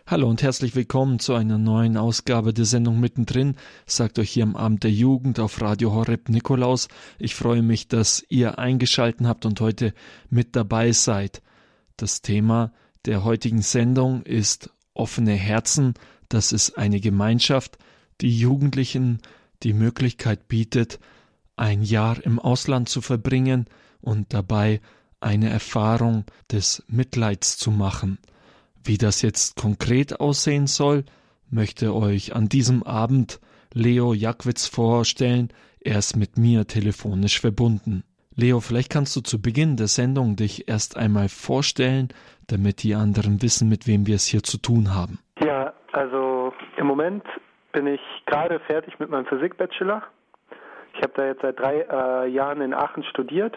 Hallo und herzlich willkommen zu einer neuen Ausgabe der Sendung Mittendrin, sagt euch hier am Abend der Jugend auf Radio Horeb Nikolaus. Ich freue mich, dass ihr eingeschaltet habt und heute mit dabei seid. Das Thema der heutigen Sendung ist offene Herzen. Das ist eine Gemeinschaft, die Jugendlichen die Möglichkeit bietet, ein Jahr im Ausland zu verbringen und dabei eine Erfahrung des Mitleids zu machen. Wie das jetzt konkret aussehen soll, möchte euch an diesem Abend Leo Jackwitz vorstellen. Er ist mit mir telefonisch verbunden. Leo, vielleicht kannst du zu Beginn der Sendung dich erst einmal vorstellen, damit die anderen wissen, mit wem wir es hier zu tun haben. Ja, also im Moment bin ich gerade fertig mit meinem Physik-Bachelor. Ich habe da jetzt seit 3 Jahren in Aachen studiert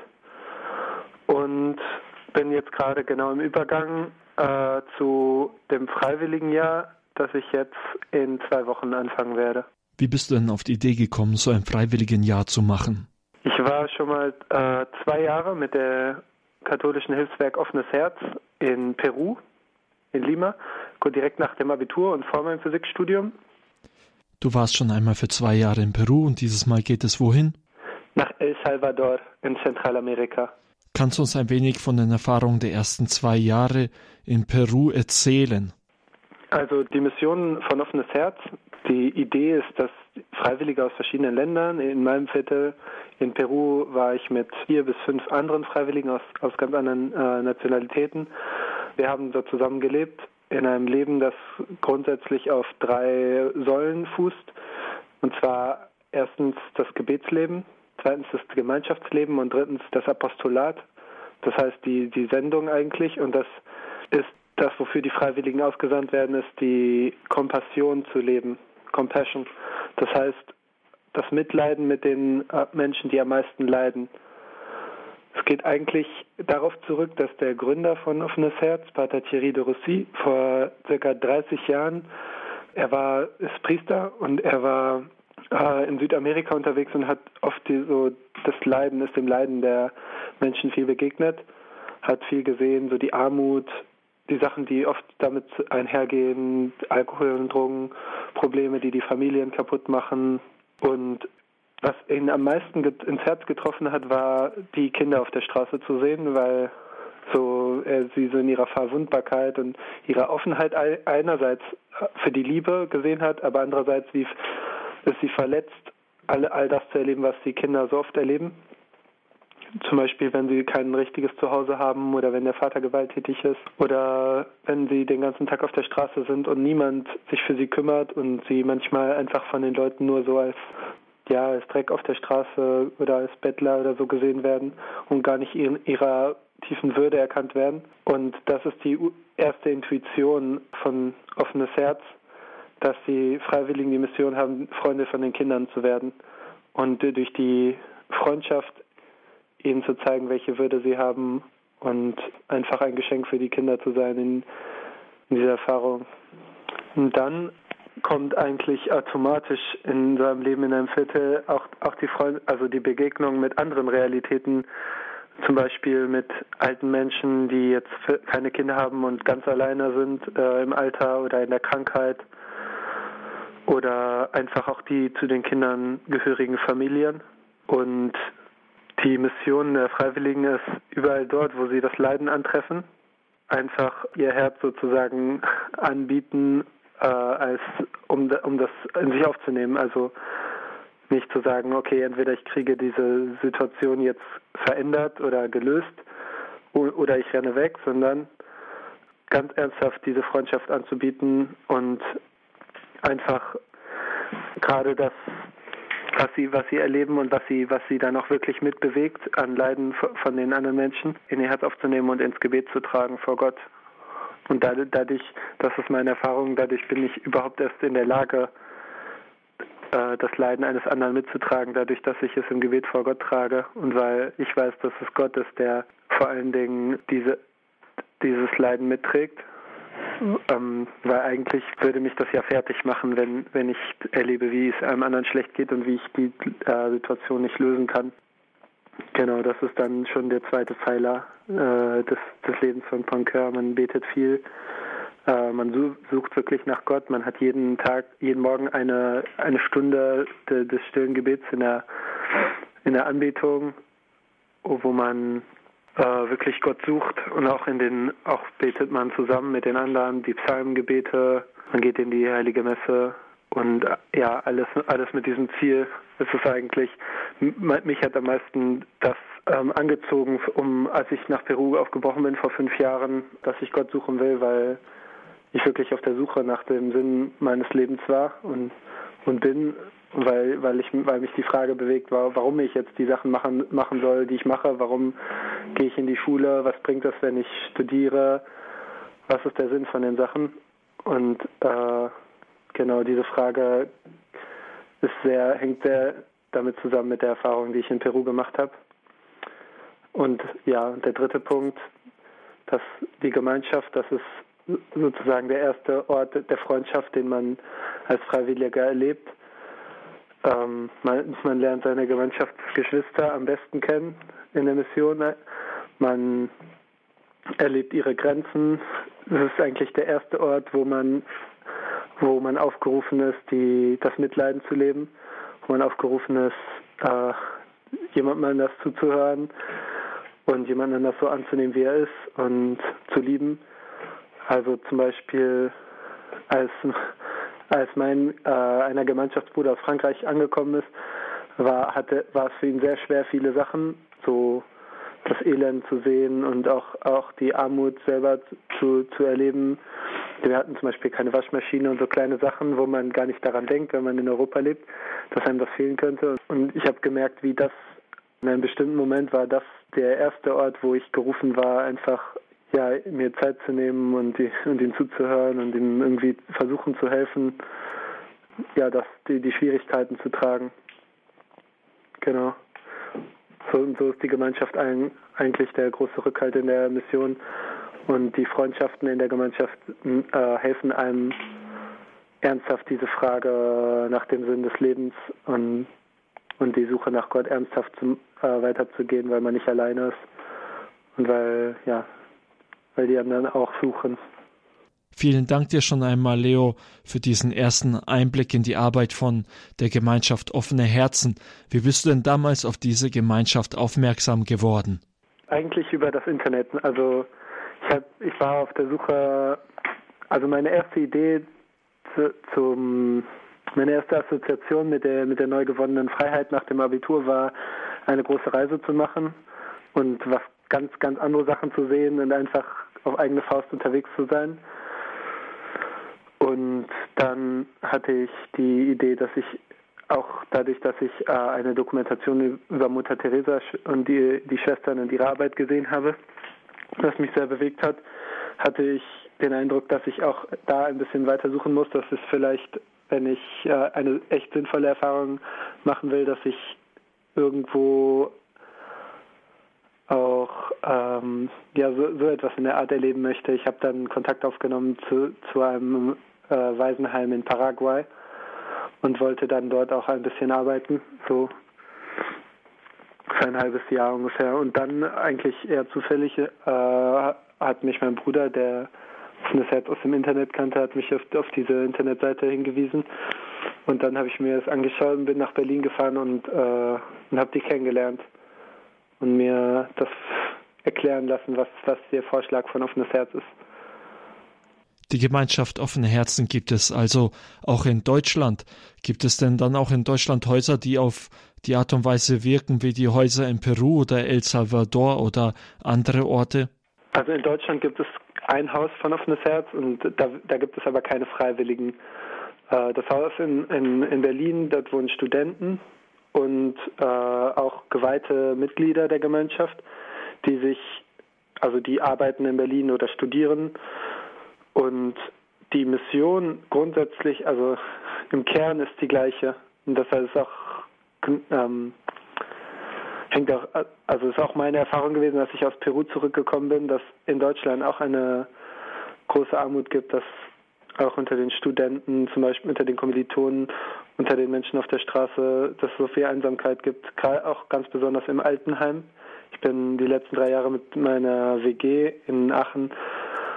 und bin jetzt gerade genau im Übergang zu dem Freiwilligenjahr, das ich jetzt in 2 Wochen anfangen werde. Wie bist du denn auf die Idee gekommen, so ein Freiwilligenjahr zu machen? Ich war schon mal 2 Jahre mit der katholischen Hilfswerk Offenes Herz in Peru, in Lima, direkt nach dem Abitur und vor meinem Physikstudium. Du warst schon einmal für 2 Jahre in Peru und dieses Mal geht es wohin? Nach El Salvador in Zentralamerika. Kannst du uns ein wenig von den Erfahrungen der ersten 2 Jahre in Peru erzählen? Also die Mission von Offenes Herz, die Idee ist, dass Freiwillige aus verschiedenen Ländern, in meinem Viertel in Peru war ich mit 4 bis 5 anderen Freiwilligen aus ganz anderen Nationalitäten. Wir haben dort zusammen gelebt, in einem Leben, das grundsätzlich auf 3 Säulen fußt. Und zwar erstens das Gebetsleben, zweitens das Gemeinschaftsleben und drittens das Apostolat. Das heißt die Sendung eigentlich. Und das ist das, wofür die Freiwilligen ausgesandt werden, ist die Kompassion zu leben, Compassion. Das heißt, das Mitleiden mit den Menschen, die am meisten leiden. Es geht eigentlich darauf zurück, dass der Gründer von Offenes Herz, Pater Thierry de Russy, vor ca. 30 Jahren, ist Priester und er war in Südamerika unterwegs und hat oft dem Leiden der Menschen viel begegnet, hat viel gesehen, so die Armut, die Sachen, die oft damit einhergehen, Alkohol- und Drogenprobleme, die die Familien kaputt machen. Und was ihn am meisten ins Herz getroffen hat, war, die Kinder auf der Straße zu sehen, weil er sie so in ihrer Verwundbarkeit und ihrer Offenheit einerseits für die Liebe gesehen hat, aber andererseits, wie es sie verletzt, all das zu erleben, was die Kinder so oft erleben. Zum Beispiel, wenn sie kein richtiges Zuhause haben oder wenn der Vater gewalttätig ist oder wenn sie den ganzen Tag auf der Straße sind und niemand sich für sie kümmert und sie manchmal einfach von den Leuten nur so als Dreck auf der Straße oder als Bettler oder so gesehen werden und gar nicht ihrer tiefen Würde erkannt werden. Und das ist die erste Intuition von Offenes Herz, dass die Freiwilligen die Mission haben, Freunde von den Kindern zu werden und durch die Freundschaft ihnen zu zeigen, welche Würde sie haben und einfach ein Geschenk für die Kinder zu sein in dieser Erfahrung. Und dann kommt eigentlich automatisch in seinem Leben in einem Viertel auch die Begegnung mit anderen Realitäten, zum Beispiel mit alten Menschen, die jetzt keine Kinder haben und ganz alleine sind im Alter oder in der Krankheit oder einfach auch die zu den Kindern gehörigen Familien. Und die Mission der Freiwilligen ist überall dort, wo sie das Leiden antreffen, einfach ihr Herz sozusagen anbieten, um das in sich aufzunehmen. Also nicht zu sagen, okay, entweder ich kriege diese Situation jetzt verändert oder gelöst oder ich renne weg, sondern ganz ernsthaft diese Freundschaft anzubieten und einfach gerade das, was sie erleben und was sie dann auch wirklich mitbewegt an Leiden von den anderen Menschen, in ihr Herz aufzunehmen und ins Gebet zu tragen vor Gott. Und dadurch, das ist meine Erfahrung, dadurch bin ich überhaupt erst in der Lage, das Leiden eines anderen mitzutragen, dadurch, dass ich es im Gebet vor Gott trage und weil ich weiß, dass es Gott ist, der vor allen Dingen dieses Leiden mitträgt. Weil eigentlich würde mich das ja fertig machen, wenn ich erlebe, wie es einem anderen schlecht geht und wie ich die Situation nicht lösen kann. Genau, das ist dann schon der zweite Pfeiler des Lebens von Ponqueur. Man betet viel Man sucht wirklich nach Gott. Man hat jeden Morgen eine Stunde des stillen Gebets in der Anbetung, wo man wirklich Gott sucht, und auch betet man zusammen mit den anderen die Psalmgebete. Man geht in die Heilige Messe und alles mit diesem Ziel. Es ist eigentlich, mich hat am meisten das angezogen, als ich nach Peru aufgebrochen bin vor 5 Jahren, dass ich Gott suchen will, weil ich wirklich auf der Suche nach dem Sinn meines Lebens war und bin, weil mich die Frage bewegt war, warum ich jetzt die Sachen machen soll, die ich mache. Warum gehe ich in die Schule? Was bringt das, wenn ich studiere? Was ist der Sinn von den Sachen? Und genau diese Frage hängt sehr damit zusammen mit der Erfahrung, die ich in Peru gemacht habe. Und ja, der dritte Punkt, dass die Gemeinschaft, das ist sozusagen der erste Ort der Freundschaft, den man als Freiwilliger erlebt. Man lernt seine Gemeinschaftsgeschwister am besten kennen in der Mission. Man erlebt ihre Grenzen. Es ist eigentlich der erste Ort, wo man aufgerufen ist, das Mitleiden zu leben, wo man aufgerufen ist, jemandem anders zuzuhören und jemanden anders so anzunehmen, wie er ist, und zu lieben. Also zum Beispiel, als einer Gemeinschaftsbruder aus Frankreich angekommen ist, war es für ihn sehr schwer, viele Sachen, so das Elend zu sehen und auch die Armut selber zu erleben. Wir hatten zum Beispiel keine Waschmaschine und so kleine Sachen, wo man gar nicht daran denkt, wenn man in Europa lebt, dass einem das fehlen könnte. Und ich habe gemerkt, wie das in einem bestimmten Moment war, das der erste Ort, wo ich gerufen war, einfach mir Zeit zu nehmen und ihm zuzuhören und ihm irgendwie versuchen zu helfen, die Schwierigkeiten zu tragen. Genau. So ist die Gemeinschaft eigentlich der große Rückhalt in der Mission. Und die Freundschaften in der Gemeinschaft helfen einem ernsthaft diese Frage nach dem Sinn des Lebens und die Suche nach Gott ernsthaft weiterzugehen, weil man nicht alleine ist und weil die anderen auch suchen. Vielen Dank dir schon einmal, Leo, für diesen ersten Einblick in die Arbeit von der Gemeinschaft Offene Herzen. Wie bist du denn damals auf diese Gemeinschaft aufmerksam geworden? Eigentlich über das Internet. Also ich war auf der Suche, also meine erste Assoziation mit der neu gewonnenen Freiheit nach dem Abitur war, eine große Reise zu machen und was ganz, ganz andere Sachen zu sehen und einfach auf eigene Faust unterwegs zu sein. Und dann hatte ich die Idee, dass ich auch dadurch, dass ich eine Dokumentation über Mutter Teresa und die Schwestern und ihre Arbeit gesehen habe, was mich sehr bewegt hat, hatte ich den Eindruck, dass ich auch da ein bisschen weiter suchen muss. Das ist vielleicht, wenn ich eine echt sinnvolle Erfahrung machen will, dass ich irgendwo auch so etwas in der Art erleben möchte. Ich habe dann Kontakt aufgenommen zu einem Waisenheim in Paraguay und wollte dann dort auch ein bisschen arbeiten, so für ein halbes Jahr ungefähr. Und dann eigentlich eher zufällig hat mich mein Bruder, der Offenes Herz aus dem Internet kannte, hat mich auf diese Internetseite hingewiesen. Und dann habe ich mir das angeschaut und bin nach Berlin gefahren und habe die kennengelernt und mir das erklären lassen, was der Vorschlag von Offenes Herz ist. Die Gemeinschaft Offene Herzen gibt es also auch in Deutschland. Gibt es denn dann auch in Deutschland Häuser, die auf die Art und Weise wirken wie die Häuser in Peru oder El Salvador oder andere Orte? Also in Deutschland gibt es ein Haus von Offenes Herz und da gibt es aber keine Freiwilligen. Das Haus in Berlin, dort wohnen Studenten und auch geweihte Mitglieder der Gemeinschaft, die arbeiten in Berlin oder studieren. Und die Mission grundsätzlich, also im Kern ist die gleiche. Und das heißt auch, ist auch meine Erfahrung gewesen, als ich aus Peru zurückgekommen bin, dass in Deutschland auch eine große Armut gibt, dass auch unter den Studenten, zum Beispiel unter den Kommilitonen, unter den Menschen auf der Straße, dass es so viel Einsamkeit gibt, auch ganz besonders im Altenheim. Ich bin die letzten 3 Jahre mit meiner WG in Aachen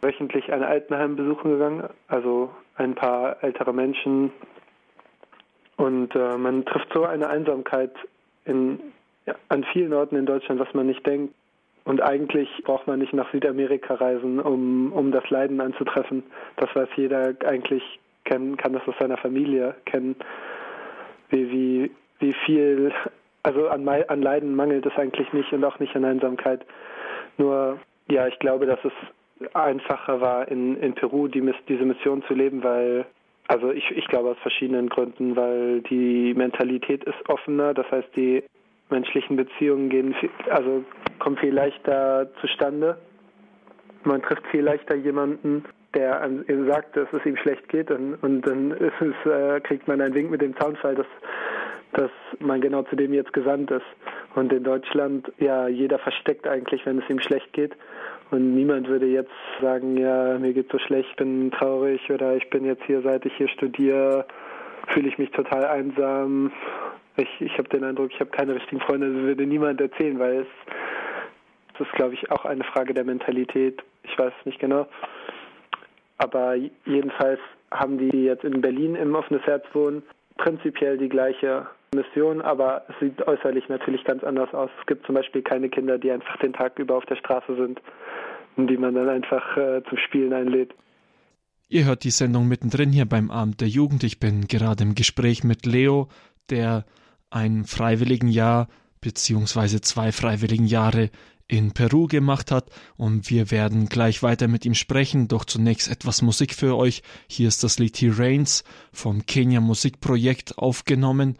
wöchentlich ein Altenheim besuchen gegangen, also ein paar ältere Menschen. Und man trifft so eine Einsamkeit an vielen Orten in Deutschland, was man nicht denkt. Und eigentlich braucht man nicht nach Südamerika reisen, um das Leiden anzutreffen. Das weiß jeder eigentlich kennen, kann das aus seiner Familie kennen, wie viel, also an Leiden mangelt es eigentlich nicht und auch nicht an Einsamkeit. Nur, ja, ich glaube, dass es einfacher war, in Peru diese Mission zu leben, weil, also ich glaube aus verschiedenen Gründen, weil die Mentalität ist offener, das heißt, die menschlichen Beziehungen kommen viel leichter zustande. Man trifft viel leichter jemanden, der einem sagt, dass es ihm schlecht geht und dann kriegt man einen Wink mit dem Zaunpfahl, dass man genau zu dem jetzt gesandt ist. Und in Deutschland, ja, jeder versteckt eigentlich, wenn es ihm schlecht geht. Und niemand würde jetzt sagen, ja, mir geht's so schlecht, ich bin traurig oder ich bin jetzt hier, seit ich hier studiere, fühle ich mich total einsam. Ich habe den Eindruck, ich habe keine richtigen Freunde, das würde niemand erzählen, weil es ist, glaube ich, auch eine Frage der Mentalität. Ich weiß es nicht genau. Aber jedenfalls haben die jetzt in Berlin im Offenes Herz wohnen prinzipiell die gleiche Mission, aber es sieht äußerlich natürlich ganz anders aus. Es gibt zum Beispiel keine Kinder, die einfach den Tag über auf der Straße sind und die man dann einfach zum Spielen einlädt. Ihr hört die Sendung mittendrin hier beim Abend der Jugend. Ich bin gerade im Gespräch mit Leo, der ein Freiwilligenjahr bzw. 2 Freiwilligenjahre in Peru gemacht hat, und wir werden gleich weiter mit ihm sprechen, doch zunächst etwas Musik für euch. Hier ist das Lied He Reigns vom Kenia Musikprojekt aufgenommen.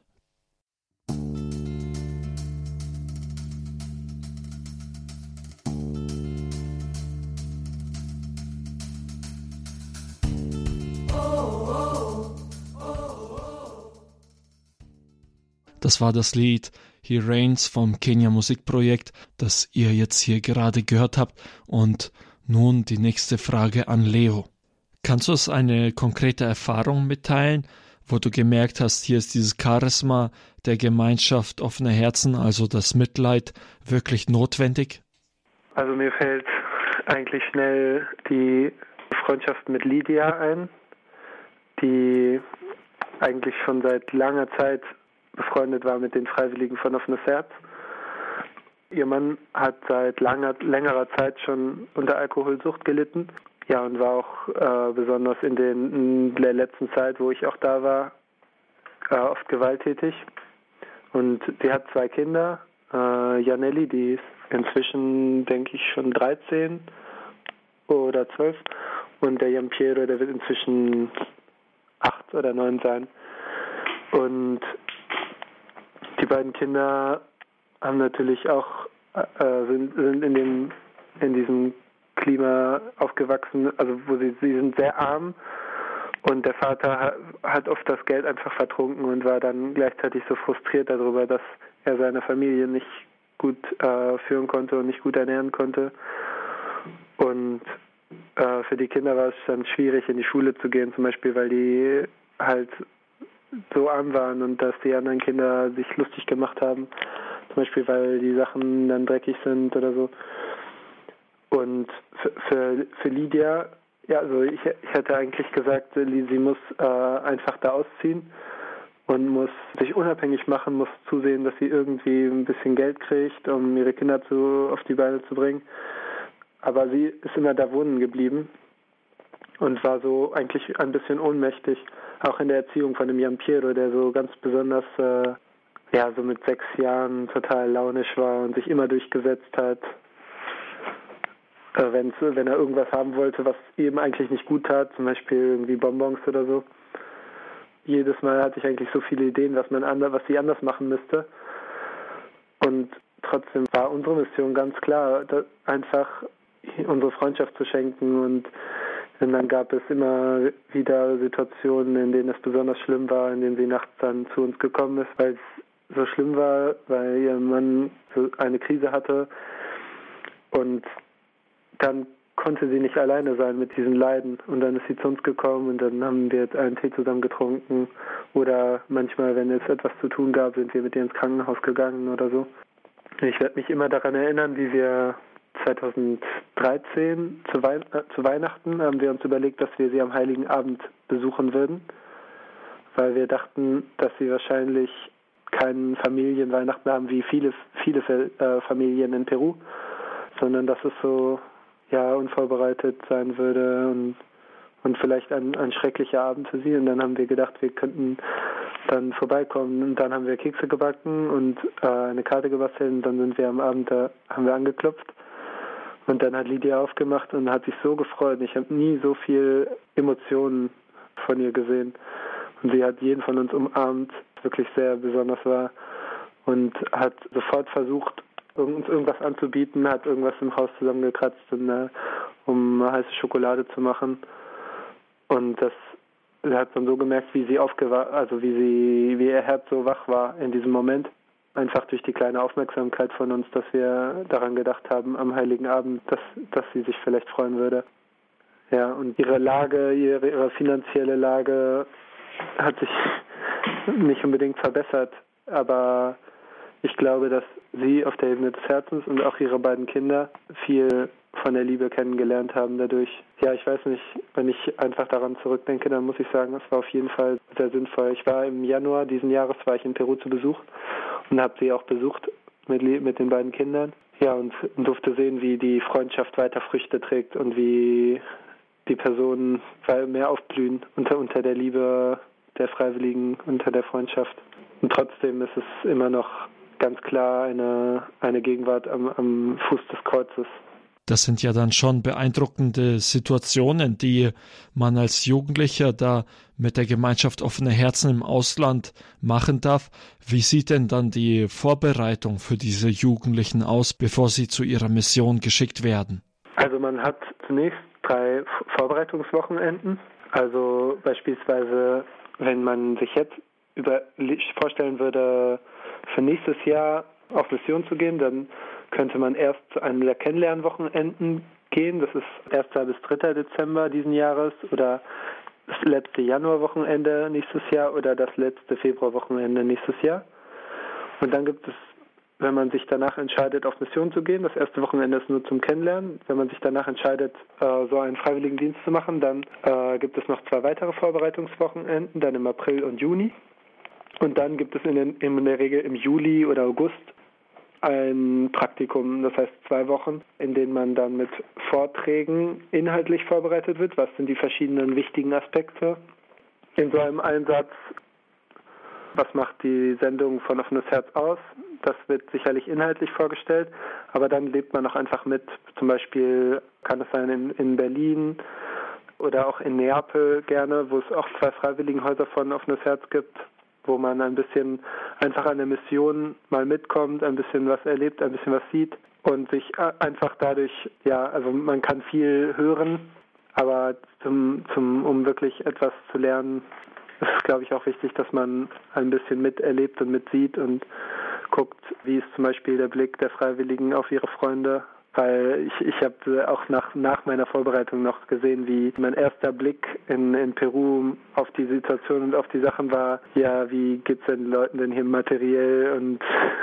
Das war das Lied He Reigns vom Kenia Musikprojekt, das ihr jetzt hier gerade gehört habt. Und nun die nächste Frage an Leo. Kannst du uns eine konkrete Erfahrung mitteilen, wo du gemerkt hast, hier ist dieses Charisma der Gemeinschaft offener Herzen, also das Mitleid, wirklich notwendig? Also mir fällt eigentlich schnell die Freundschaft mit Lydia ein, die eigentlich schon seit langer Zeit befreundet war mit den Freiwilligen von Offenes Herz. Ihr Mann hat seit längerer Zeit schon unter Alkoholsucht gelitten. Ja, und war auch besonders in der letzten Zeit, wo ich auch da war, oft gewalttätig. Und sie hat 2 Kinder. Janelli, die ist inzwischen, denke ich, schon 13 oder 12. Und der Giampiero, der wird inzwischen 8 oder 9 sein. Und die beiden Kinder haben natürlich auch sind in diesem Klima aufgewachsen, also wo sie sind sehr arm, und der Vater hat oft das Geld einfach vertrunken und war dann gleichzeitig so frustriert darüber, dass er seine Familie nicht gut führen konnte und nicht gut ernähren konnte. Und für die Kinder war es dann schwierig, in die Schule zu gehen, zum Beispiel, weil die halt so arm waren und dass die anderen Kinder sich lustig gemacht haben, zum Beispiel, weil die Sachen dann dreckig sind oder so. Und für Lydia, ja, also ich hätte eigentlich gesagt, sie muss einfach da ausziehen und muss sich unabhängig machen, muss zusehen, dass sie irgendwie ein bisschen Geld kriegt, um ihre Kinder auf die Beine zu bringen. Aber sie ist immer da wohnen geblieben und war so eigentlich ein bisschen ohnmächtig, auch in der Erziehung von dem Giampiero, der so ganz besonders, so mit 6 Jahren total launisch war und sich immer durchgesetzt hat, wenn er irgendwas haben wollte, was ihm eigentlich nicht gut tat, zum Beispiel irgendwie Bonbons oder so. Jedes Mal hatte ich eigentlich so viele Ideen, was sie anders machen müsste. Und trotzdem war unsere Mission ganz klar, einfach unsere Freundschaft zu schenken, und dann gab es immer wieder Situationen, in denen es besonders schlimm war, in denen sie nachts dann zu uns gekommen ist, weil es so schlimm war, weil ihr Mann so eine Krise hatte, und dann konnte sie nicht alleine sein mit diesen Leiden, und dann ist sie zu uns gekommen und dann haben wir einen Tee zusammen getrunken, oder manchmal, wenn es etwas zu tun gab, sind wir mit ihr ins Krankenhaus gegangen oder so. Ich werde mich immer daran erinnern, wie wir 2013 zu Weihnachten haben wir uns überlegt, dass wir sie am Heiligen Abend besuchen würden, weil wir dachten, dass sie wahrscheinlich keinen Familienweihnachten haben wie viele Familien in Peru, sondern dass es so unvorbereitet sein würde und vielleicht ein schrecklicher Abend für sie. Und dann haben wir gedacht, wir könnten dann vorbeikommen. Und dann haben wir Kekse gebacken und eine Karte gebastelt. Und dann sind wir am Abend, da haben wir angeklopft. Und dann hat Lydia aufgemacht und hat sich so gefreut. Ich habe nie so viel Emotionen von ihr gesehen. Und sie hat jeden von uns umarmt, was wirklich sehr besonders war. Und hat sofort versucht, uns irgendwas anzubieten, hat irgendwas im Haus zusammengekratzt, um heiße Schokolade zu machen. Und das hat man so gemerkt, wie sie aufgewacht, also wie ihr Herz so wach war in diesem Moment. Einfach durch die kleine Aufmerksamkeit von uns, dass wir daran gedacht haben am Heiligen Abend, dass sie sich vielleicht freuen würde. Ja, und ihre finanzielle Lage hat sich nicht unbedingt verbessert, aber ich glaube, dass sie auf der Ebene des Herzens und auch ihre beiden Kinder viel von der Liebe kennengelernt haben dadurch. Ja, ich weiß nicht, wenn ich einfach daran zurückdenke, dann muss ich sagen, es war auf jeden Fall sehr sinnvoll. Ich war im Januar diesen Jahres in Peru zu Besuch und habe sie auch besucht mit den beiden Kindern. Ja, und durfte sehen, wie die Freundschaft weiter Früchte trägt und wie die Personen mehr aufblühen unter der Liebe der Freiwilligen, unter der Freundschaft. Und trotzdem ist es immer noch ganz klar eine Gegenwart am Fuß des Kreuzes. Das sind ja dann schon beeindruckende Situationen, die man als Jugendlicher da mit der Gemeinschaft Offene Herzen im Ausland machen darf. Wie sieht denn dann die Vorbereitung für diese Jugendlichen aus, bevor sie zu ihrer Mission geschickt werden? Also man hat zunächst 3 Vorbereitungswochenenden. Also beispielsweise, wenn man sich jetzt vorstellen würde, für nächstes Jahr auf Mission zu gehen, dann könnte man erst zu einem der Kennenlernwochenenden gehen. Das ist 1. bis 3. Dezember diesen Jahres oder das letzte Januarwochenende nächstes Jahr oder das letzte Februarwochenende nächstes Jahr. Und dann gibt es, wenn man sich danach entscheidet, auf Mission zu gehen, das erste Wochenende ist nur zum Kennenlernen. Wenn man sich danach entscheidet, so einen Freiwilligendienst zu machen, dann gibt es noch 2 weitere Vorbereitungswochenenden, dann im April und Juni. Und dann gibt es in der Regel im Juli oder August ein Praktikum, das heißt 2 Wochen, in denen man dann mit Vorträgen inhaltlich vorbereitet wird. Was sind die verschiedenen wichtigen Aspekte in so einem Einsatz? Was macht die Sendung von Offenes Herz aus? Das wird sicherlich inhaltlich vorgestellt, aber dann lebt man auch einfach mit. Zum Beispiel kann es sein in Berlin oder auch in Neapel gerne, wo es auch 2 Freiwilligenhäuser von Offenes Herz gibt, wo man ein bisschen einfach an der Mission mal mitkommt, ein bisschen was erlebt, ein bisschen was sieht und sich einfach dadurch, also man kann viel hören, aber um wirklich etwas zu lernen, ist es, glaube ich, auch wichtig, dass man ein bisschen miterlebt und mitsieht und guckt, wie ist zum Beispiel der Blick der Freiwilligen auf ihre Freunde. Weil ich habe auch nach meiner Vorbereitung noch gesehen, wie mein erster Blick in Peru auf die Situation und auf die Sachen war, wie geht's den Leuten denn hier materiell und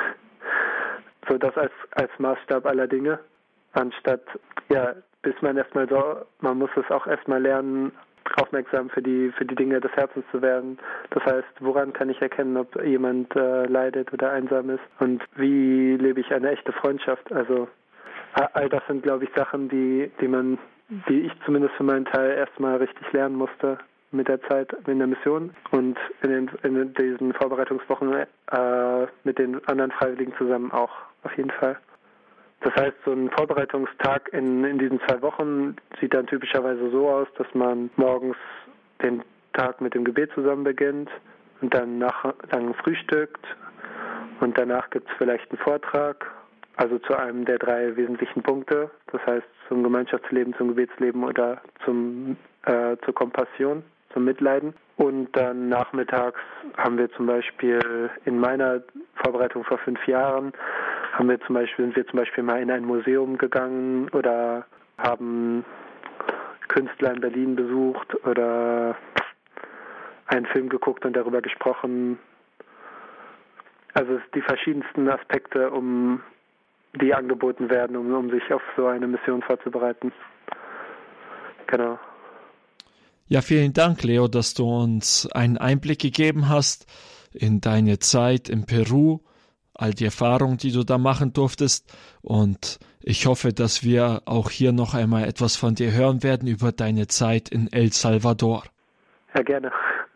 so das als Maßstab aller Dinge, anstatt, bis man erstmal man muss es auch erstmal lernen, aufmerksam für die Dinge des Herzens zu werden. Das heißt, woran kann ich erkennen, ob jemand leidet oder einsam ist und wie lebe ich eine echte Freundschaft, also all das sind, glaube ich, Sachen, die ich zumindest für meinen Teil erstmal richtig lernen musste mit der Zeit in der Mission und in diesen Vorbereitungswochen mit den anderen Freiwilligen zusammen auch, auf jeden Fall. Das heißt, so ein Vorbereitungstag in diesen 2 Wochen sieht dann typischerweise so aus, dass man morgens den Tag mit dem Gebet zusammen beginnt und dann frühstückt und danach gibt es vielleicht einen Vortrag, also zu einem der 3 wesentlichen Punkte, das heißt zum Gemeinschaftsleben, zum Gebetsleben oder zur Kompassion, zum Mitleiden. Und dann nachmittags haben wir zum Beispiel in meiner Vorbereitung vor 5 Jahren sind wir zum Beispiel mal in ein Museum gegangen oder haben Künstler in Berlin besucht oder einen Film geguckt und darüber gesprochen. Also die verschiedensten Aspekte, um die angeboten werden, um sich auf so eine Mission vorzubereiten. Genau. Ja, vielen Dank, Leo, dass du uns einen Einblick gegeben hast in deine Zeit in Peru, all die Erfahrungen, die du da machen durftest. Und ich hoffe, dass wir auch hier noch einmal etwas von dir hören werden über deine Zeit in El Salvador. Ja, gerne.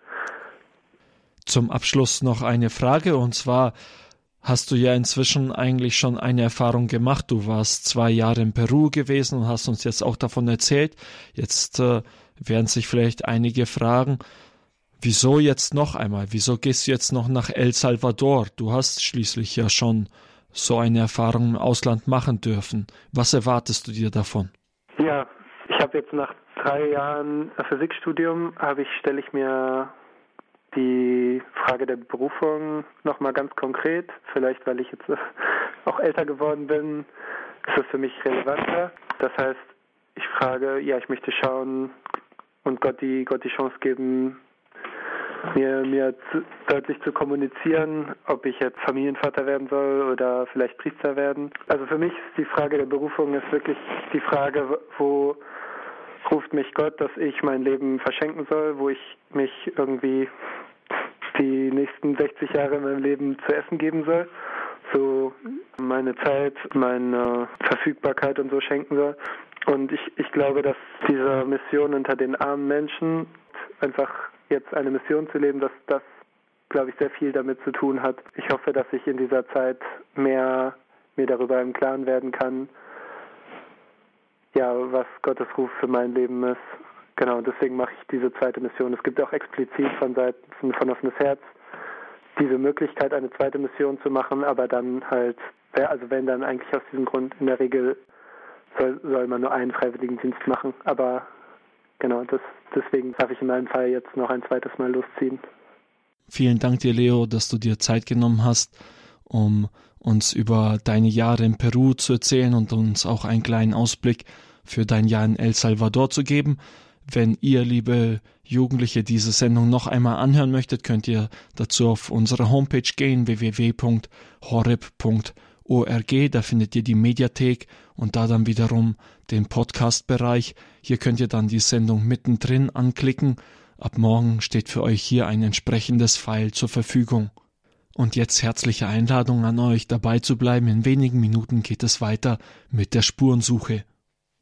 Zum Abschluss noch eine Frage, und zwar hast du ja inzwischen eigentlich schon eine Erfahrung gemacht. Du warst 2 Jahre in Peru gewesen und hast uns jetzt auch davon erzählt. Jetzt werden sich vielleicht einige fragen, wieso jetzt noch einmal? Wieso gehst du jetzt noch nach El Salvador? Du hast schließlich ja schon so eine Erfahrung im Ausland machen dürfen. Was erwartest du dir davon? Ja, ich habe jetzt nach 3 Jahren Physikstudium, stelle ich mir die Frage der Berufung nochmal ganz konkret. Vielleicht, weil ich jetzt auch älter geworden bin, ist es für mich relevanter. Das heißt, ich frage, ich möchte schauen und Gott die Chance geben, mir deutlich zu kommunizieren, ob ich jetzt Familienvater werden soll oder vielleicht Priester werden. Also für mich ist die Frage der Berufung ist wirklich die Frage, wo ruft mich Gott, dass ich mein Leben verschenken soll, wo ich mich irgendwie die nächsten 60 Jahre in meinem Leben zu essen geben soll, so meine Zeit, meine Verfügbarkeit und so schenken soll. Und ich glaube, dass diese Mission unter den armen Menschen, einfach jetzt eine Mission zu leben, dass das, glaube ich, sehr viel damit zu tun hat. Ich hoffe, dass ich in dieser Zeit mehr mir darüber im Klaren werden kann, was Gottes Ruf für mein Leben ist. Genau, deswegen mache ich diese zweite Mission. Es gibt auch explizit von Seiten von Offenes Herz diese Möglichkeit, eine zweite Mission zu machen, aber dann halt, wenn dann eigentlich aus diesem Grund in der Regel soll man nur einen Freiwilligendienst machen. Aber genau, deswegen darf ich in meinem Fall jetzt noch ein zweites Mal losziehen. Vielen Dank dir, Leo, dass du dir Zeit genommen hast, um uns über deine Jahre in Peru zu erzählen und uns auch einen kleinen Ausblick für dein Jahr in El Salvador zu geben. Wenn ihr, liebe Jugendliche, diese Sendung noch einmal anhören möchtet, könnt ihr dazu auf unsere Homepage gehen, www.horeb.org. Da findet ihr die Mediathek und da dann wiederum den Podcast-Bereich. Hier könnt ihr dann die Sendung mittendrin anklicken. Ab morgen steht für euch hier ein entsprechendes File zur Verfügung. Und jetzt herzliche Einladung an euch, dabei zu bleiben. In wenigen Minuten geht es weiter mit der Spurensuche.